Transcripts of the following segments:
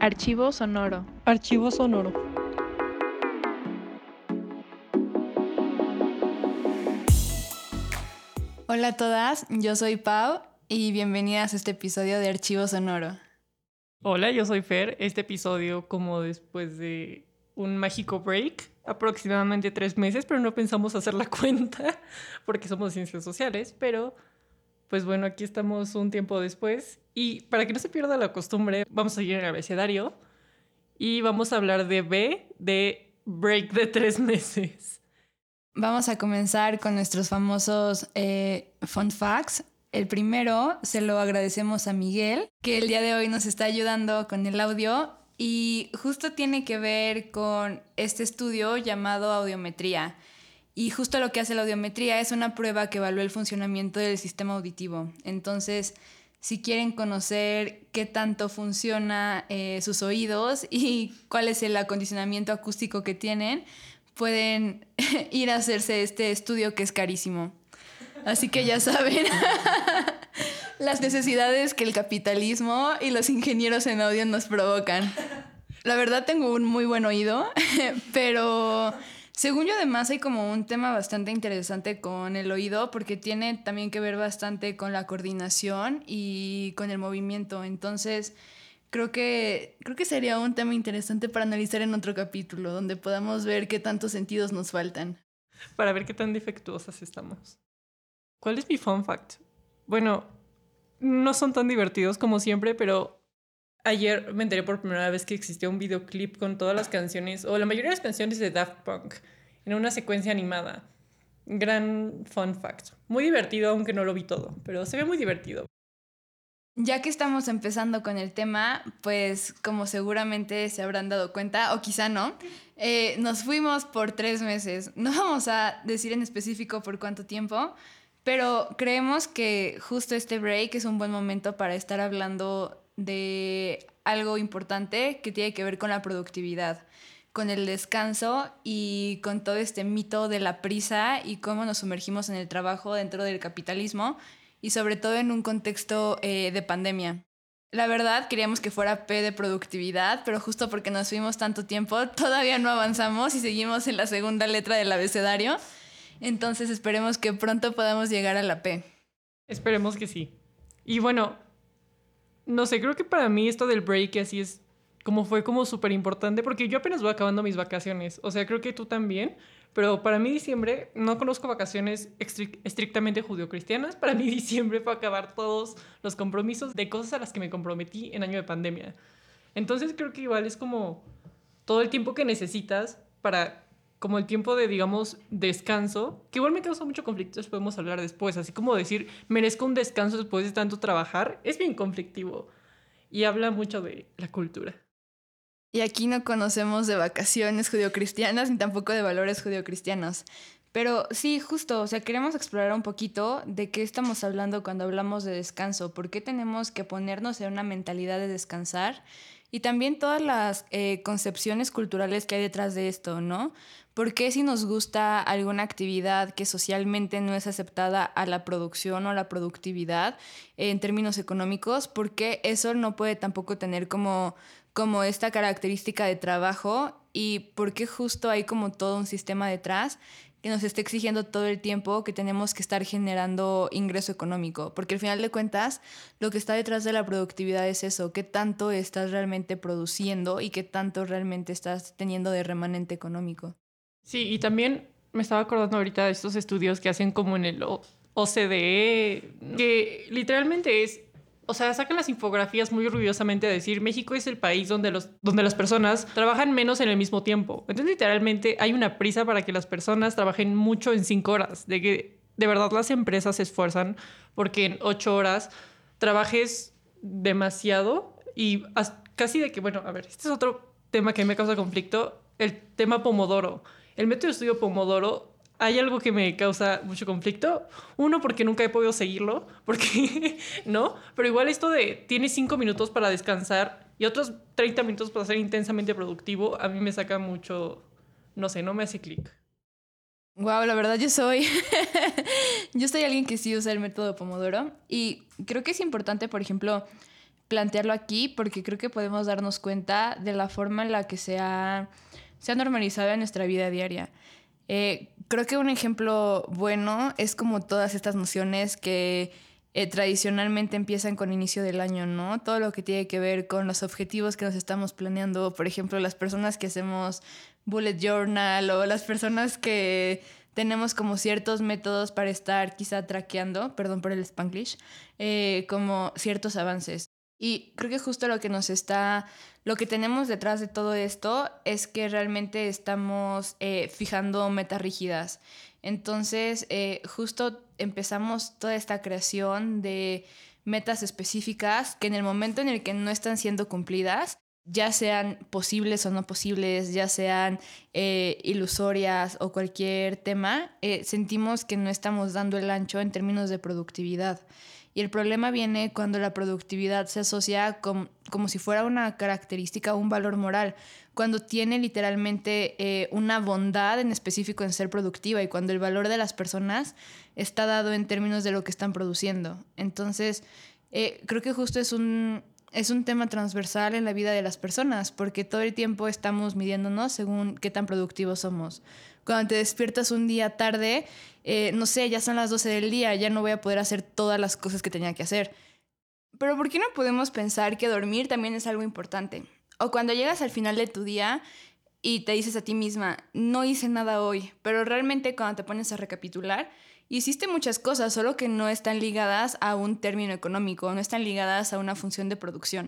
Archivo sonoro. Archivo sonoro. Hola a todas, yo soy Pau y bienvenidas a este episodio de Archivo Sonoro. Hola, yo soy Fer. Este episodio como después de un mágico break, aproximadamente 3 meses, pero no pensamos hacer la cuenta porque somos ciencias sociales, pero pues bueno, aquí estamos un tiempo después y para que no se pierda la costumbre, vamos a seguir en el abecedario y vamos a hablar de B, de break de 3 meses. Vamos a comenzar con nuestros famosos fun facts. El primero se lo agradecemos a Miguel, que el día de hoy nos está ayudando con el audio y justo tiene que ver con este estudio llamado audiometría. Y justo lo que hace la audiometría es una prueba que evalúa el funcionamiento del sistema auditivo. Entonces, si quieren conocer qué tanto funciona sus oídos y cuál es el acondicionamiento acústico que tienen, pueden ir a hacerse este estudio que es carísimo. Así que ya saben las necesidades que el capitalismo y los ingenieros en audio nos provocan. La verdad tengo un muy buen oído, pero según yo además hay como un tema bastante interesante con el oído porque tiene también que ver bastante con la coordinación y con el movimiento. Entonces creo que sería un tema interesante para analizar en otro capítulo donde podamos ver qué tantos sentidos nos faltan. Para ver qué tan defectuosas estamos. ¿Cuál es mi fun fact? Bueno, no son tan divertidos como siempre, pero ayer me enteré por primera vez que existía un videoclip con todas las canciones, o la mayoría de las canciones de Daft Punk, en una secuencia animada. Gran fun fact. Muy divertido, aunque no lo vi todo, pero se ve muy divertido. Ya que estamos empezando con el tema, pues como seguramente se habrán dado cuenta, o quizá no, nos fuimos por 3 meses. No vamos a decir en específico por cuánto tiempo, pero creemos que justo este break es un buen momento para estar hablando de algo importante que tiene que ver con la productividad, con el descanso y con todo este mito de la prisa y cómo nos sumergimos en el trabajo dentro del capitalismo y sobre todo en un contexto de pandemia. La verdad, queríamos que fuera P de productividad, pero justo porque nos fuimos tanto tiempo, todavía no avanzamos y seguimos en la segunda letra del abecedario. Entonces esperemos que pronto podamos llegar a la P. Esperemos que sí. Y bueno, no sé, creo que para mí esto del break así es fue como súper importante porque yo apenas voy acabando mis vacaciones. O sea, creo que tú también. Pero para mí diciembre, no conozco vacaciones estrictamente judio-cristianas. Para mí diciembre fue acabar todos los compromisos de cosas a las que me comprometí en año de pandemia. Entonces creo que igual es como todo el tiempo que necesitas para como el tiempo de, digamos, descanso, que igual me causa mucho conflicto, eso podemos hablar después, así como decir, merezco un descanso después de tanto trabajar, es bien conflictivo y habla mucho de la cultura. Y aquí no conocemos de vacaciones judio-cristianas ni tampoco de valores judio-cristianos. Pero sí, justo, o sea, queremos explorar un poquito de qué estamos hablando cuando hablamos de descanso, por qué tenemos que ponernos en una mentalidad de descansar y también todas las concepciones culturales que hay detrás de esto, ¿no? ¿Por qué si nos gusta alguna actividad que socialmente no es aceptada a la producción o a la productividad en términos económicos, por qué eso no puede tampoco tener como esta característica de trabajo y por qué justo hay como todo un sistema detrás que nos está exigiendo todo el tiempo que tenemos que estar generando ingreso económico? Porque al final de cuentas, lo que está detrás de la productividad es eso, qué tanto estás realmente produciendo y qué tanto realmente estás teniendo de remanente económico. Sí, y también me estaba acordando ahorita de estos estudios que hacen como en el OCDE, que literalmente es, o sea, sacan las infografías muy orgullosamente a decir México es el país donde las personas trabajan menos en el mismo tiempo. Entonces, literalmente hay una prisa para que las personas trabajen mucho en 5 horas, de que de verdad las empresas se esfuerzan porque en 8 horas trabajes demasiado y casi de que, bueno, a ver, este es otro tema que a mí me causa conflicto, el tema Pomodoro. El método de estudio Pomodoro, hay algo que me causa mucho conflicto. Uno, porque nunca he podido seguirlo, porque no, pero igual esto de tienes 5 minutos para descansar y otros 30 minutos para ser intensamente productivo, a mí me saca mucho, no sé, no me hace clic. Wow, la verdad yo soy yo soy alguien que sí usa el método Pomodoro y creo que es importante, por ejemplo, plantearlo aquí porque creo que podemos darnos cuenta de la forma en la que se ha normalizado en nuestra vida diaria. Creo que un ejemplo bueno es como todas estas nociones que tradicionalmente empiezan con inicio del año, ¿no? Todo lo que tiene que ver con los objetivos que nos estamos planeando, por ejemplo, las personas que hacemos bullet journal o las personas que tenemos como ciertos métodos para estar quizá traqueando, perdón por el Spanglish, como ciertos avances. Y creo que justo lo que tenemos detrás de todo esto es que realmente estamos fijando metas rígidas. Entonces, justo empezamos toda esta creación de metas específicas que en el momento en el que no están siendo cumplidas, ya sean posibles o no posibles, ya sean ilusorias o cualquier tema, sentimos que no estamos dando el ancho en términos de productividad. Y el problema viene cuando la productividad se asocia como si fuera una característica o un valor moral, cuando tiene literalmente una bondad en específico en ser productiva y cuando el valor de las personas está dado en términos de lo que están produciendo. Entonces, creo que justo es un tema transversal en la vida de las personas, porque todo el tiempo estamos midiéndonos según qué tan productivos somos. Cuando te despiertas un día tarde, no sé, ya son las 12 del día, ya no voy a poder hacer todas las cosas que tenía que hacer. Pero ¿por qué no podemos pensar que dormir también es algo importante? O cuando llegas al final de tu día y te dices a ti misma, no hice nada hoy, pero realmente cuando te pones a recapitular, hiciste muchas cosas, solo que no están ligadas a un término económico, no están ligadas a una función de producción.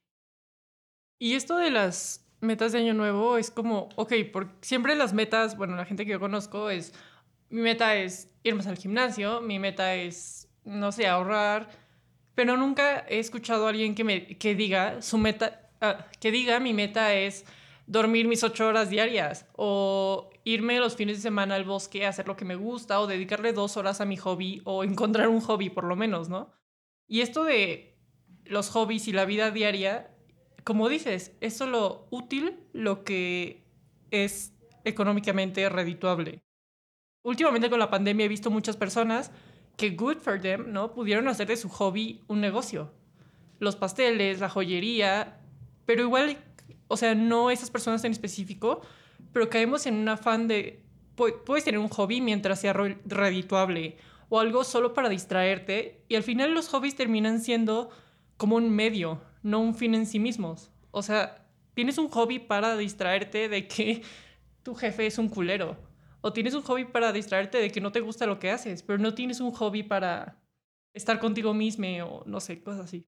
Y esto de las metas de año nuevo es como, ok, siempre las metas, bueno, la gente que yo conozco es, mi meta es ir más al gimnasio, mi meta es, no sé, ahorrar, pero nunca he escuchado a alguien que diga su meta, que diga mi meta es dormir mis 8 horas diarias o irme los fines de semana al bosque a hacer lo que me gusta o dedicarle 2 horas a mi hobby o encontrar un hobby por lo menos, ¿no? Y esto de los hobbies y la vida diaria, como dices, es solo útil lo que es económicamente redituable. Últimamente con la pandemia he visto muchas personas que good for them, ¿no? Pudieron hacer de su hobby un negocio. Los pasteles, la joyería, pero igual, o sea, no esas personas en específico, pero caemos en un afán de, puedes tener un hobby mientras sea redituable o algo solo para distraerte y al final los hobbies terminan siendo como un medio, no un fin en sí mismos. O sea, tienes un hobby para distraerte de que tu jefe es un culero. O tienes un hobby para distraerte de que no te gusta lo que haces, pero no tienes un hobby para estar contigo mismo o no sé, cosas así.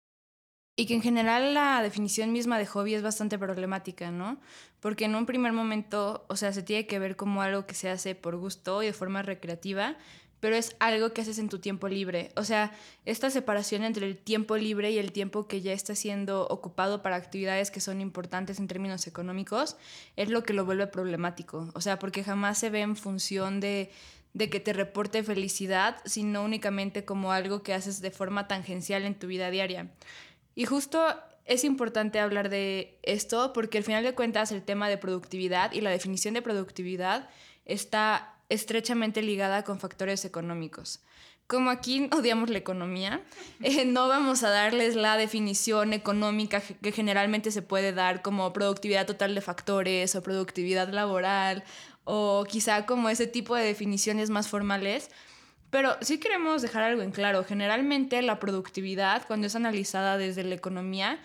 Y que en general la definición misma de hobby es bastante problemática, ¿no? Porque en un primer momento, o sea, se tiene que ver como algo que se hace por gusto y de forma recreativa, pero es algo que haces en tu tiempo libre. O sea, esta separación entre el tiempo libre y el tiempo que ya está siendo ocupado para actividades que son importantes en términos económicos es lo que lo vuelve problemático. O sea, porque jamás se ve en función de que te reporte felicidad, sino únicamente como algo que haces de forma tangencial en tu vida diaria. Y justo es importante hablar de esto porque al final de cuentas el tema de productividad y la definición de productividad está estrechamente ligada con factores económicos. Como aquí odiamos la economía, no vamos a darles la definición económica que generalmente se puede dar como productividad total de factores o productividad laboral o quizá como ese tipo de definiciones más formales. Pero sí queremos dejar algo en claro. Generalmente la productividad, cuando es analizada desde la economía,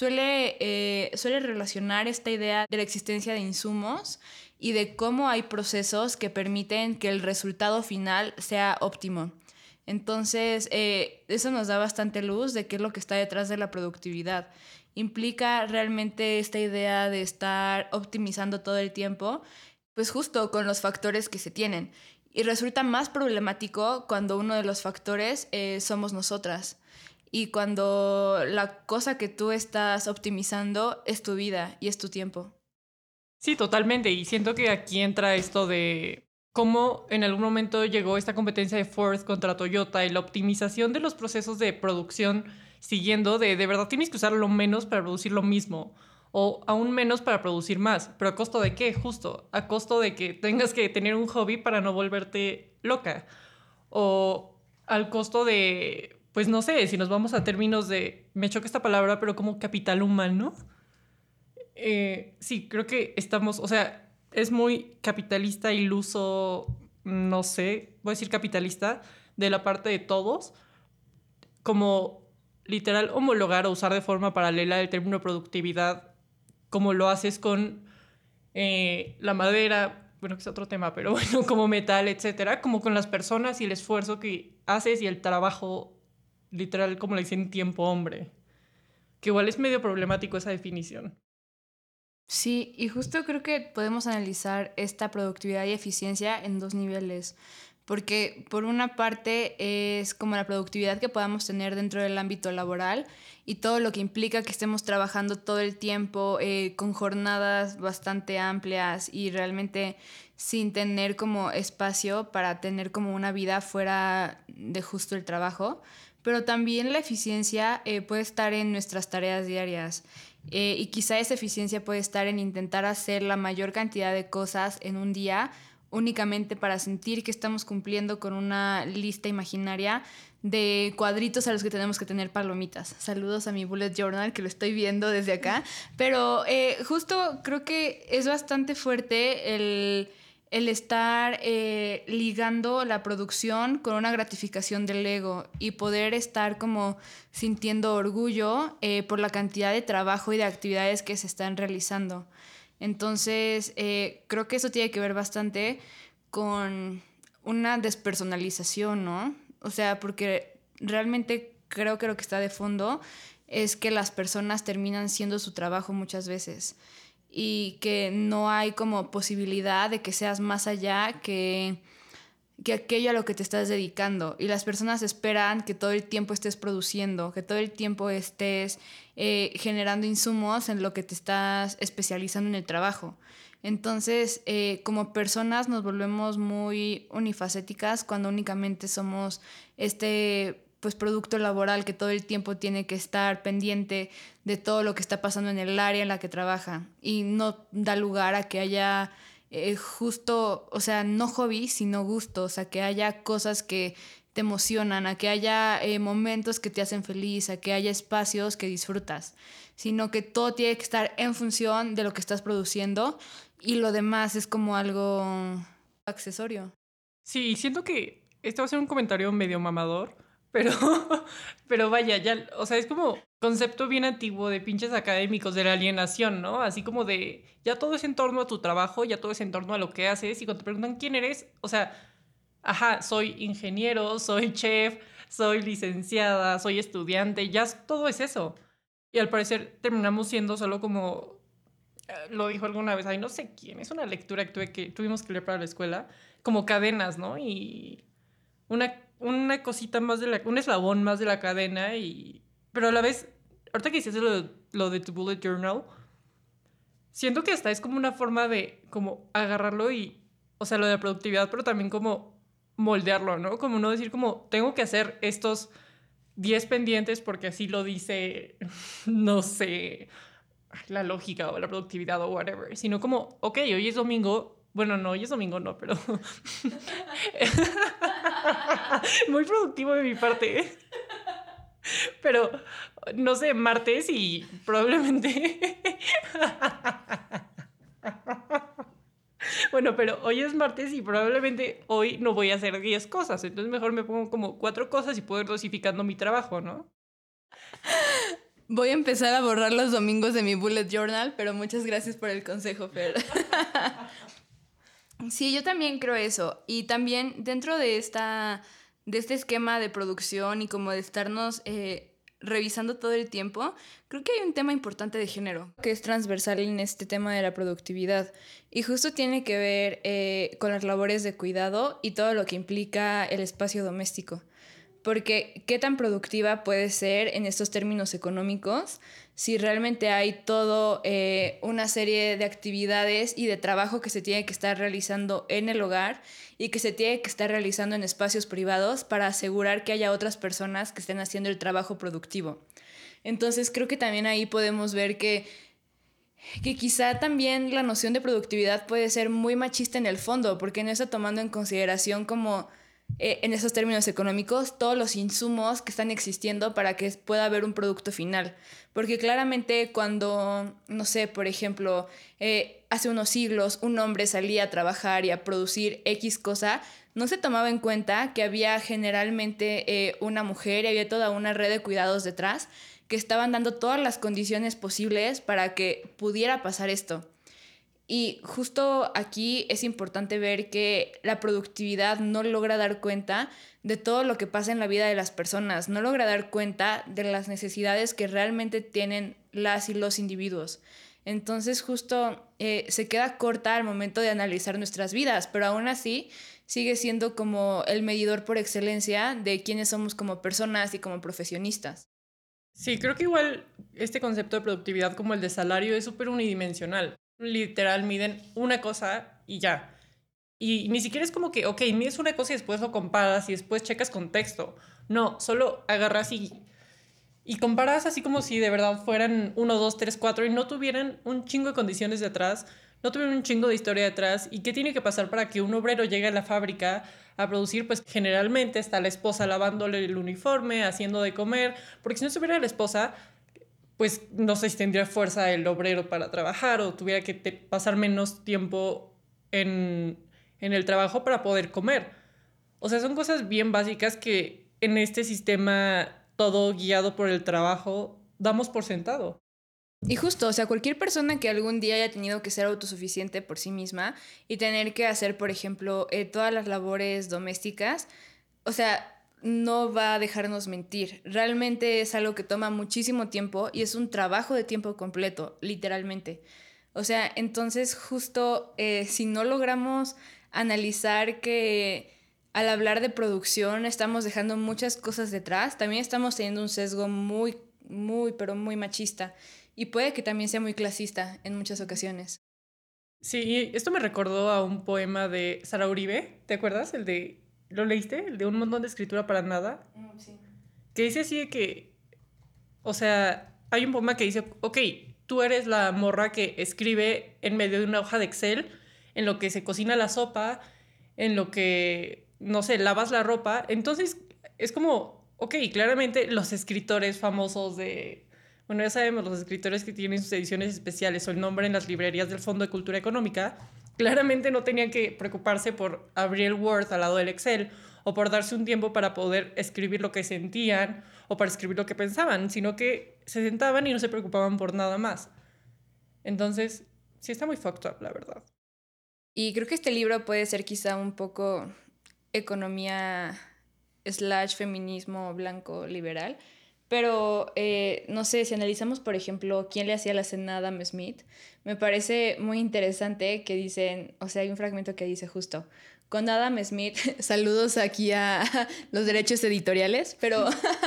suele relacionar esta idea de la existencia de insumos y de cómo hay procesos que permiten que el resultado final sea óptimo. Entonces, eso nos da bastante luz de qué es lo que está detrás de la productividad. Implica realmente esta idea de estar optimizando todo el tiempo, pues justo con los factores que se tienen. Y resulta más problemático cuando uno de los factores somos nosotras y cuando la cosa que tú estás optimizando es tu vida y es tu tiempo. Sí, totalmente. Y siento que aquí entra esto de cómo en algún momento llegó esta competencia de Ford contra Toyota y la optimización de los procesos de producción siguiendo de verdad tienes que usar lo menos para producir lo mismo o aún menos para producir más. ¿Pero a costo de qué? Justo, a costo de que tengas que tener un hobby para no volverte loca o al costo de pues no sé, si nos vamos a términos de, me choca esta palabra, pero como capital humano, sí, creo que estamos, o sea, es muy capitalista, iluso, no sé, voy a decir capitalista, de la parte de todos, como literal homologar o usar de forma paralela el término productividad, como lo haces con la madera, bueno, que es otro tema, pero bueno, como metal, etcétera, como con las personas y el esfuerzo que haces y el trabajo, literal, como le dicen, tiempo hombre. Que igual es medio problemático esa definición. Sí, y justo creo que podemos analizar esta productividad y eficiencia en dos niveles, porque por una parte es como la productividad que podamos tener dentro del ámbito laboral y todo lo que implica que estemos trabajando todo el tiempo con jornadas bastante amplias y realmente sin tener como espacio para tener como una vida fuera de justo el trabajo, pero también la eficiencia puede estar en nuestras tareas diarias. Y quizá esa eficiencia puede estar en intentar hacer la mayor cantidad de cosas en un día únicamente para sentir que estamos cumpliendo con una lista imaginaria de cuadritos a los que tenemos que tener palomitas. Saludos a mi bullet journal que lo estoy viendo desde acá. Pero justo creo que es bastante fuerte el estar ligando la producción con una gratificación del ego y poder estar como sintiendo orgullo por la cantidad de trabajo y de actividades que se están realizando. Entonces, creo que eso tiene que ver bastante con una despersonalización, ¿no? O sea, porque realmente creo que lo que está de fondo es que las personas terminan siendo su trabajo muchas veces y que no hay como posibilidad de que seas más allá que aquello a lo que te estás dedicando. Y las personas esperan que todo el tiempo estés produciendo, que todo el tiempo estés generando insumos en lo que te estás especializando en el trabajo. Entonces, como personas nos volvemos muy unifacéticas cuando únicamente somos pues producto laboral que todo el tiempo tiene que estar pendiente de todo lo que está pasando en el área en la que trabaja y no da lugar a que haya justo, o sea, no hobby, sino gusto, o sea, que haya cosas que te emocionan, a que haya momentos que te hacen feliz, a que haya espacios que disfrutas, sino que todo tiene que estar en función de lo que estás produciendo y lo demás es como algo accesorio. Sí, siento que este va a ser un comentario medio mamador, pero, pero vaya, ya, o sea, es como concepto bien antiguo de pinches académicos de la alienación, ¿no? Así como de, ya todo es en torno a tu trabajo, ya todo es en torno a lo que haces, y cuando te preguntan quién eres, o sea, ajá, soy ingeniero, soy chef, soy licenciada, soy estudiante, ya todo es eso. Y al parecer terminamos siendo solo como, lo dijo alguna vez, ay, no sé quién, es una lectura que tuvimos que leer para la escuela, como cadenas, ¿no? Y una cosita más de un eslabón más de la cadena y... Pero a la vez, ahorita que hiciste lo de tu bullet journal, siento que hasta es como una forma de como agarrarlo y, o sea, lo de la productividad, pero también como moldearlo, ¿no? Como no decir como, tengo que hacer estos 10 pendientes porque así lo dice, no sé, la lógica o la productividad o whatever, sino como, ok, hoy es domingo, bueno, no, hoy es domingo, no, pero muy productivo de mi parte, pero no sé, martes y probablemente bueno, pero hoy es martes y probablemente hoy no voy a hacer 10 cosas, entonces mejor me pongo como 4 cosas y puedo ir dosificando mi trabajo, ¿no? Voy a empezar a borrar los domingos de mi bullet journal, pero muchas gracias por el consejo, Fer. Sí, yo también creo eso. Y también dentro de este esquema de producción y como de estarnos revisando todo el tiempo, creo que hay un tema importante de género que es transversal en este tema de la productividad. Y justo tiene que ver con las labores de cuidado y todo lo que implica el espacio doméstico. Porque qué tan productiva puede ser en estos términos económicos si realmente hay todo una serie de actividades y de trabajo que se tiene que estar realizando en el hogar y que se tiene que estar realizando en espacios privados para asegurar que haya otras personas que estén haciendo el trabajo productivo. Entonces creo que también ahí podemos ver que quizá también la noción de productividad puede ser muy machista en el fondo, porque no está tomando en consideración como en esos términos económicos, todos los insumos que están existiendo para que pueda haber un producto final. Porque claramente cuando, no sé, por ejemplo, hace unos siglos un hombre salía a trabajar y a producir X cosa, no se tomaba en cuenta que había generalmente una mujer y había toda una red de cuidados detrás que estaban dando todas las condiciones posibles para que pudiera pasar esto. Y justo aquí es importante ver que la productividad no logra dar cuenta de todo lo que pasa en la vida de las personas, no logra dar cuenta de las necesidades que realmente tienen las y los individuos. Entonces justo se queda corta al momento de analizar nuestras vidas, pero aún así sigue siendo como el medidor por excelencia de quiénes somos como personas y como profesionistas. Sí, creo que igual este concepto de productividad como el de salario es súper unidimensional. Literal, miden una cosa y ya. Y ni siquiera es como que, ok, mides una cosa y después lo comparas y después checas contexto. No, solo agarras y comparas así como si de verdad fueran uno, dos, tres, cuatro y no tuvieran un chingo de condiciones detrás, no tuvieran un chingo de historia detrás. ¿Y qué tiene que pasar para que un obrero llegue a la fábrica a producir? Pues generalmente está la esposa lavándole el uniforme, haciendo de comer, porque si no estuviera la esposa, pues no sé si tendría fuerza el obrero para trabajar o tuviera que pasar menos tiempo en, en el trabajo para poder comer. O sea, son cosas bien básicas que en este sistema todo guiado por el trabajo damos por sentado. Y justo, o sea, cualquier persona que algún día haya tenido que ser autosuficiente por sí misma y tener que hacer, por ejemplo, todas las labores domésticas, o sea, no va a dejarnos mentir. Realmente es algo que toma muchísimo tiempo y es un trabajo de tiempo completo, literalmente. O sea, entonces justo si no logramos analizar que al hablar de producción estamos dejando muchas cosas detrás, también estamos teniendo un sesgo muy, muy, pero muy machista. Y puede que también sea muy clasista en muchas ocasiones. Sí, esto me recordó a un poema de Sara Uribe, ¿te acuerdas? El de, ¿lo leíste? El de Un montón de escritura para nada. Sí. Que dice así de que, o sea, hay un poema que dice, ok, tú eres la morra que escribe en medio de una hoja de Excel, en lo que se cocina la sopa, en lo que, no sé, lavas la ropa. Entonces, es como, ok, claramente los escritores famosos de, bueno, ya sabemos, los escritores que tienen sus ediciones especiales o el nombre en las librerías del Fondo de Cultura Económica, claramente no tenían que preocuparse por abrir el Word al lado del Excel o por darse un tiempo para poder escribir lo que sentían o para escribir lo que pensaban, sino que se sentaban y no se preocupaban por nada más. Entonces, sí está muy fucked up, la verdad. Y creo que este libro puede ser quizá un poco economía slash feminismo blanco liberal. Pero no sé, si analizamos, por ejemplo, quién le hacía la cena a Adam Smith, me parece muy interesante que dicen, o sea, hay un fragmento que dice justo, con Adam Smith, saludos aquí a los derechos editoriales, pero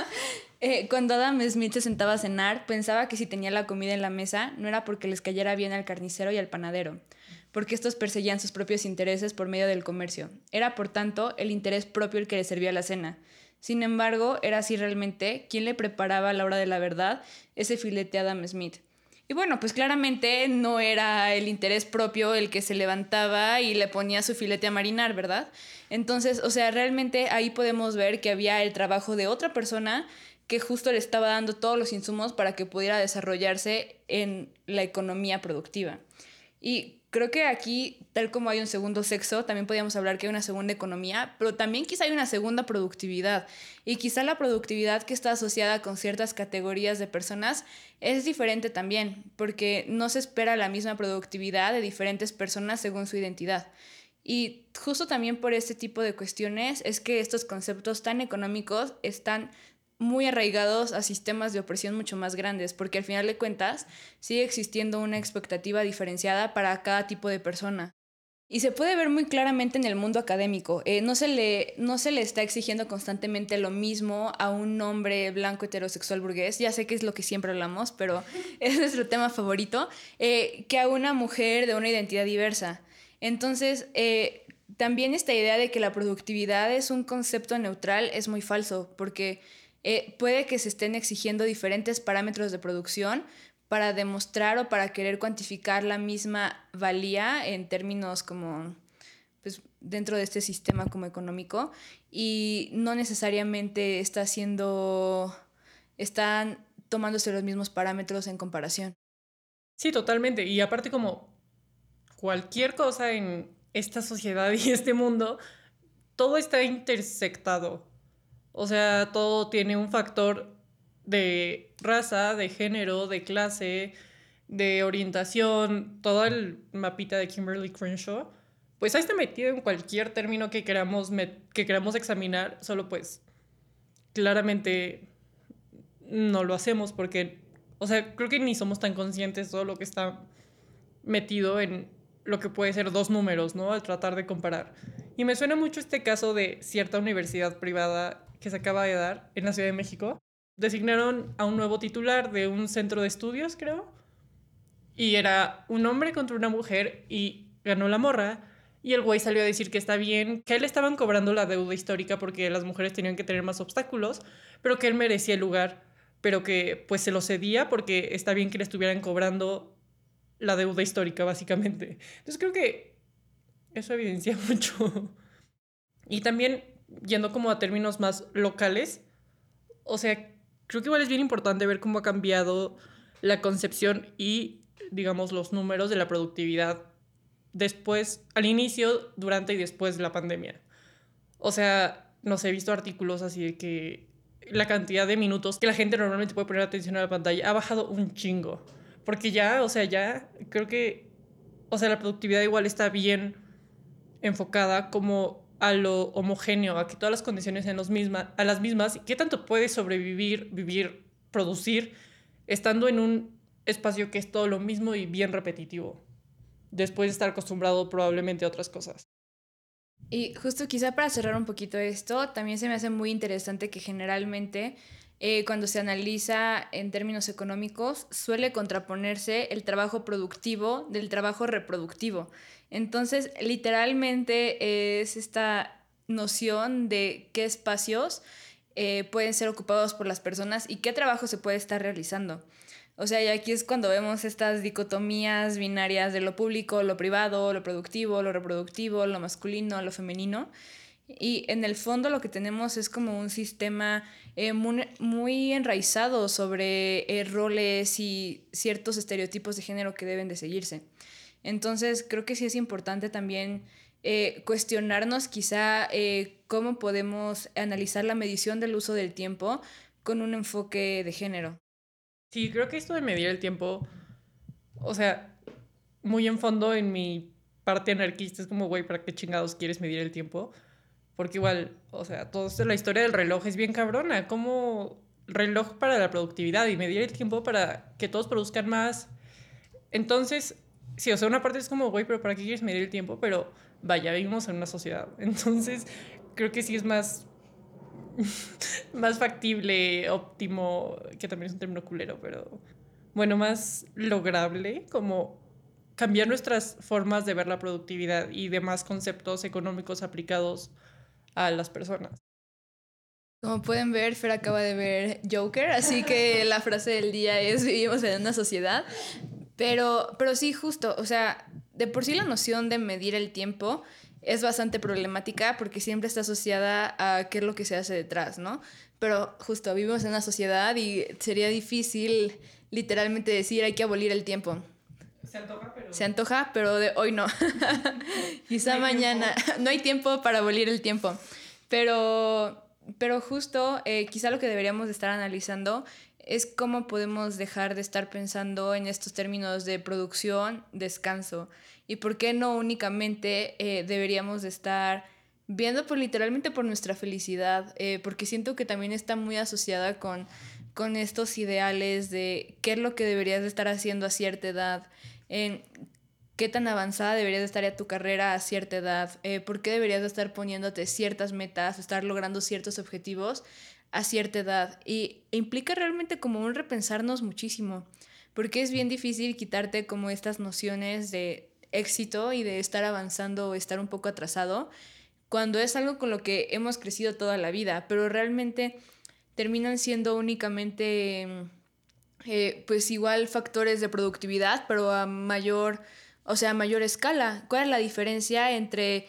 cuando Adam Smith se sentaba a cenar, pensaba que si tenía la comida en la mesa no era porque les cayera bien al carnicero y al panadero, porque estos perseguían sus propios intereses por medio del comercio. Era, por tanto, el interés propio el que le servía la cena. Sin embargo, era así realmente quien le preparaba a la hora de la verdad ese filete a Adam Smith. Y bueno, pues claramente no era el interés propio el que se levantaba y le ponía su filete a marinar, ¿verdad? Entonces, o sea, realmente ahí podemos ver que había el trabajo de otra persona que justo le estaba dando todos los insumos para que pudiera desarrollarse en la economía productiva. Y creo que aquí, tal como hay un segundo sexo, también podríamos hablar que hay una segunda economía, pero también quizá hay una segunda productividad. Y quizá la productividad que está asociada con ciertas categorías de personas es diferente también, porque no se espera la misma productividad de diferentes personas según su identidad. Y justo también por este tipo de cuestiones es que estos conceptos tan económicos están muy arraigados a sistemas de opresión mucho más grandes, porque al final de cuentas sigue existiendo una expectativa diferenciada para cada tipo de persona. Y se puede ver muy claramente en el mundo académico. No se le está exigiendo constantemente lo mismo a un hombre blanco heterosexual burgués, ya sé que es lo que siempre hablamos, pero es nuestro tema favorito, que a una mujer de una identidad diversa. Entonces, también esta idea de que la productividad es un concepto neutral es muy falso, porque puede que se estén exigiendo diferentes parámetros de producción para demostrar o para querer cuantificar la misma valía en términos como pues, dentro de este sistema como económico y no necesariamente están tomándose los mismos parámetros en comparación. Sí, totalmente. Y aparte como cualquier cosa en esta sociedad y este mundo, todo está intersectado. O sea, todo tiene un factor de raza, de género, de clase, de orientación, todo el mapita de Kimberly Crenshaw, pues ahí está metido en cualquier término que queramos examinar, solo pues claramente no lo hacemos porque, o sea, creo que ni somos tan conscientes de todo lo que está metido en lo que puede ser dos números, ¿no? Al tratar de comparar. Y me suena mucho este caso de cierta universidad privada que se acaba de dar en la Ciudad de México. Designaron a un nuevo titular de un centro de estudios, creo, y era un hombre contra una mujer y ganó la morra. Y el güey salió a decir que está bien, que a él le estaban cobrando la deuda histórica porque las mujeres tenían que tener más obstáculos, pero que él merecía el lugar, pero que pues se lo cedía porque está bien que le estuvieran cobrando la deuda histórica, básicamente. Entonces creo que eso evidencia mucho. Y también, yendo como a términos más locales, o sea, creo que igual es bien importante ver cómo ha cambiado la concepción y, digamos, los números de la productividad después, al inicio, durante y después de la pandemia. O sea, no sé, he visto artículos así de que la cantidad de minutos que la gente normalmente puede poner atención a la pantalla ha bajado un chingo. Porque ya, o sea, ya creo que, o sea, la productividad igual está bien enfocada como a lo homogéneo, a que todas las condiciones sean a las mismas. ¿Qué tanto puedes sobrevivir, vivir, producir estando en un espacio que es todo lo mismo y bien repetitivo, después de estar acostumbrado probablemente a otras cosas? Y justo quizá para cerrar un poquito esto, también se me hace muy interesante que generalmente cuando se analiza en términos económicos suele contraponerse el trabajo productivo del trabajo reproductivo. Entonces, literalmente es esta noción de qué espacios pueden ser ocupados por las personas y qué trabajo se puede estar realizando. O sea, y aquí es cuando vemos estas dicotomías binarias de lo público, lo privado, lo productivo, lo reproductivo, lo masculino, lo femenino. Y en el fondo lo que tenemos es como un sistema muy enraizado sobre roles y ciertos estereotipos de género que deben de seguirse. Entonces creo que sí es importante también cuestionarnos quizá cómo podemos analizar la medición del uso del tiempo con un enfoque de género. Sí, creo que esto de medir el tiempo, o sea, muy en fondo en mi parte anarquista es como, güey, ¿para qué chingados quieres medir el tiempo? Porque igual, o sea, toda la historia del reloj es bien cabrona. Como reloj para la productividad y medir el tiempo para que todos produzcan más. Entonces, sí, o sea, una parte es como, güey, pero ¿para qué quieres medir el tiempo? Pero vaya, vivimos en una sociedad. Entonces, creo que sí es más, más factible, óptimo, que también es un término culero, pero bueno, más lograble, como cambiar nuestras formas de ver la productividad y demás conceptos económicos aplicados a las personas. Como pueden ver, Fer acaba de ver Joker, así que la frase del día es vivimos en una sociedad. Pero sí, justo, o sea, de por sí la noción de medir el tiempo es bastante problemática porque siempre está asociada a qué es lo que se hace detrás, ¿no? Pero justo vivimos en una sociedad y sería difícil literalmente decir hay que abolir el tiempo. Se antoja, pero... Se antoja, pero de hoy no. Quizá No hay mañana. tiempo. No hay tiempo para abolir el tiempo. Pero justo, quizá lo que deberíamos de estar analizando es cómo podemos dejar de estar pensando en estos términos de producción, descanso, y por qué no únicamente deberíamos de estar viendo por literalmente por nuestra felicidad, porque siento que también está muy asociada con estos ideales de qué es lo que deberías de estar haciendo a cierta edad, en qué tan avanzada deberías de estar ya tu carrera a cierta edad, por qué deberías de estar poniéndote ciertas metas, estar logrando ciertos objetivos a cierta edad. Y implica realmente como un repensarnos muchísimo, porque es bien difícil quitarte como estas nociones de éxito y de estar avanzando o estar un poco atrasado, cuando es algo con lo que hemos crecido toda la vida, pero realmente terminan siendo únicamente pues igual factores de productividad, pero a mayor, o sea, a mayor escala. ¿Cuál es la diferencia entre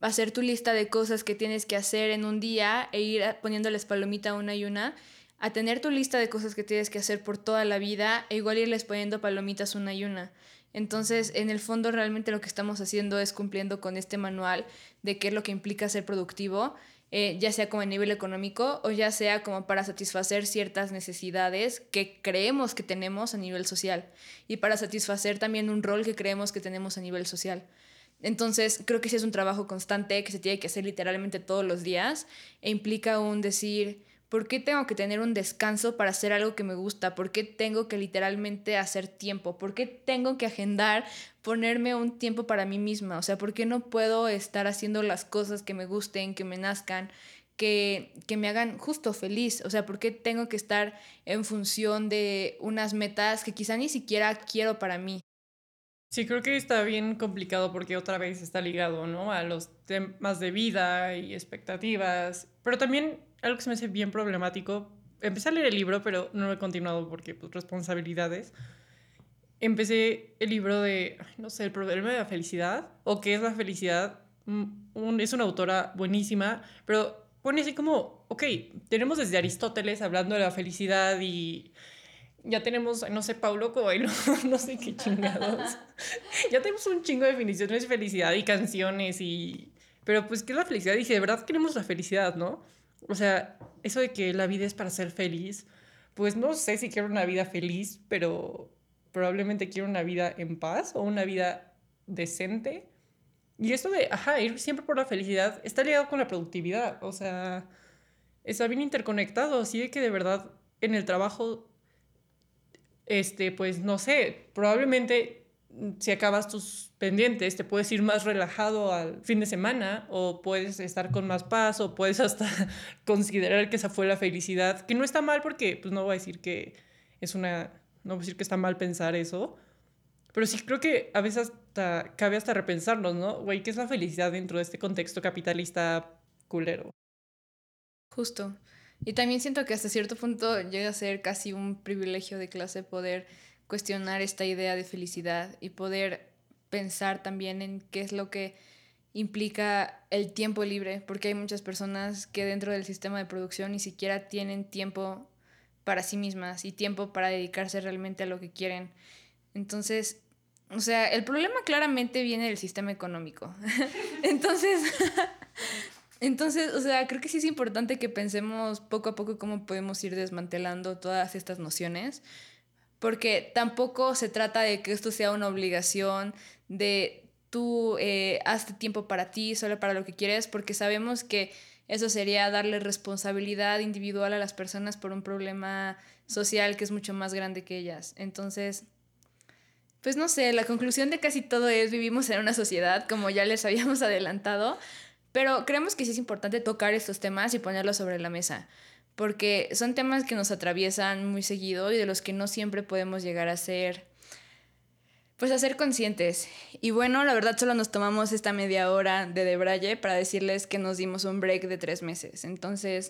hacer tu lista de cosas que tienes que hacer en un día e ir poniéndoles palomita una y una, a tener tu lista de cosas que tienes que hacer por toda la vida e igual irles poniendo palomitas una y una. Entonces, en el fondo, realmente lo que estamos haciendo es cumpliendo con este manual de qué es lo que implica ser productivo, ya sea como a nivel económico o ya sea como para satisfacer ciertas necesidades que creemos que tenemos a nivel social y para satisfacer también un rol que creemos que tenemos a nivel social. Entonces, creo que sí es un trabajo constante que se tiene que hacer literalmente todos los días e implica un decir, ¿por qué tengo que tener un descanso para hacer algo que me gusta? ¿Por qué tengo que literalmente hacer tiempo? ¿Por qué tengo que agendar, ponerme un tiempo para mí misma? O sea, ¿por qué no puedo estar haciendo las cosas que me gusten, que me nazcan, que me hagan justo feliz? O sea, ¿por qué tengo que estar en función de unas metas que quizá ni siquiera quiero para mí? Sí, creo que está bien complicado porque otra vez está ligado, ¿no? A los temas de vida y expectativas. Pero también algo que se me hace bien problemático, empecé a leer el libro, pero no lo he continuado porque pues, responsabilidades. Empecé el libro de, no sé, el problema de la felicidad o qué es la felicidad. Es una autora buenísima, pero pone así como, ok, tenemos desde Aristóteles hablando de la felicidad y ya tenemos, no sé, Paulo Coelho, no sé qué chingados. Ya tenemos un chingo de definiciones de felicidad y canciones y... Pero pues, ¿qué es la felicidad? Y si de verdad queremos la felicidad, ¿no? O sea, eso de que la vida es para ser feliz, pues no sé si quiero una vida feliz, pero probablemente quiero una vida en paz o una vida decente. Y esto de, ajá, ir siempre por la felicidad está ligado con la productividad. O sea, está bien interconectado, así de que de verdad en el trabajo pues no sé, probablemente si acabas tus pendientes te puedes ir más relajado al fin de semana o puedes estar con más paz o puedes hasta considerar que esa fue la felicidad, que no está mal porque pues no voy a decir que es una, no voy a decir que está mal pensar eso, pero sí creo que a veces hasta, cabe hasta repensarnos, ¿no? Güey, ¿qué es la felicidad dentro de este contexto capitalista culero? Justo. Y también siento que hasta cierto punto llega a ser casi un privilegio de clase poder cuestionar esta idea de felicidad y poder pensar también en qué es lo que implica el tiempo libre, porque hay muchas personas que dentro del sistema de producción ni siquiera tienen tiempo para sí mismas y tiempo para dedicarse realmente a lo que quieren. Entonces, o sea, el problema claramente viene del sistema económico. Entonces, entonces, o sea, creo que sí es importante que pensemos poco a poco cómo podemos ir desmantelando todas estas nociones, porque tampoco se trata de que esto sea una obligación de tú hazte tiempo para ti, solo para lo que quieres, porque sabemos que eso sería darle responsabilidad individual a las personas por un problema social que es mucho más grande que ellas. Entonces, pues no sé, la conclusión de casi todo es vivimos en una sociedad, como ya les habíamos adelantado, pero creemos que sí es importante tocar estos temas y ponerlos sobre la mesa, porque son temas que nos atraviesan muy seguido y de los que no siempre podemos llegar a ser, pues a ser conscientes. Y bueno, la verdad solo nos tomamos esta media hora de debraye para decirles que nos dimos un break de 3 meses. Entonces,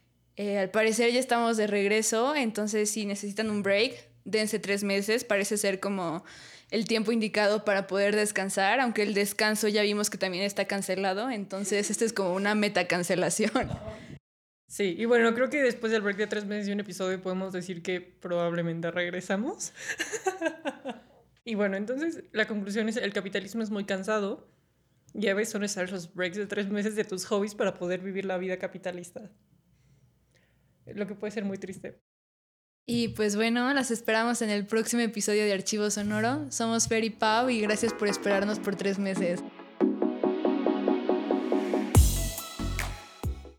al parecer ya estamos de regreso, entonces si necesitan un break, dense 3 meses, parece ser como el tiempo indicado para poder descansar, aunque el descanso ya vimos que también está cancelado, entonces esto es como una metacancelación. Sí, y bueno, creo que después del break de 3 meses y un episodio podemos decir que probablemente regresamos. Y bueno, entonces la conclusión es el capitalismo es muy cansado y a veces son necesarios los breaks de 3 meses de tus hobbies para poder vivir la vida capitalista. Lo que puede ser muy triste. Y pues bueno, las esperamos en el próximo episodio de Archivo Sonoro. Somos Fer y Pau y gracias por esperarnos por 3 meses.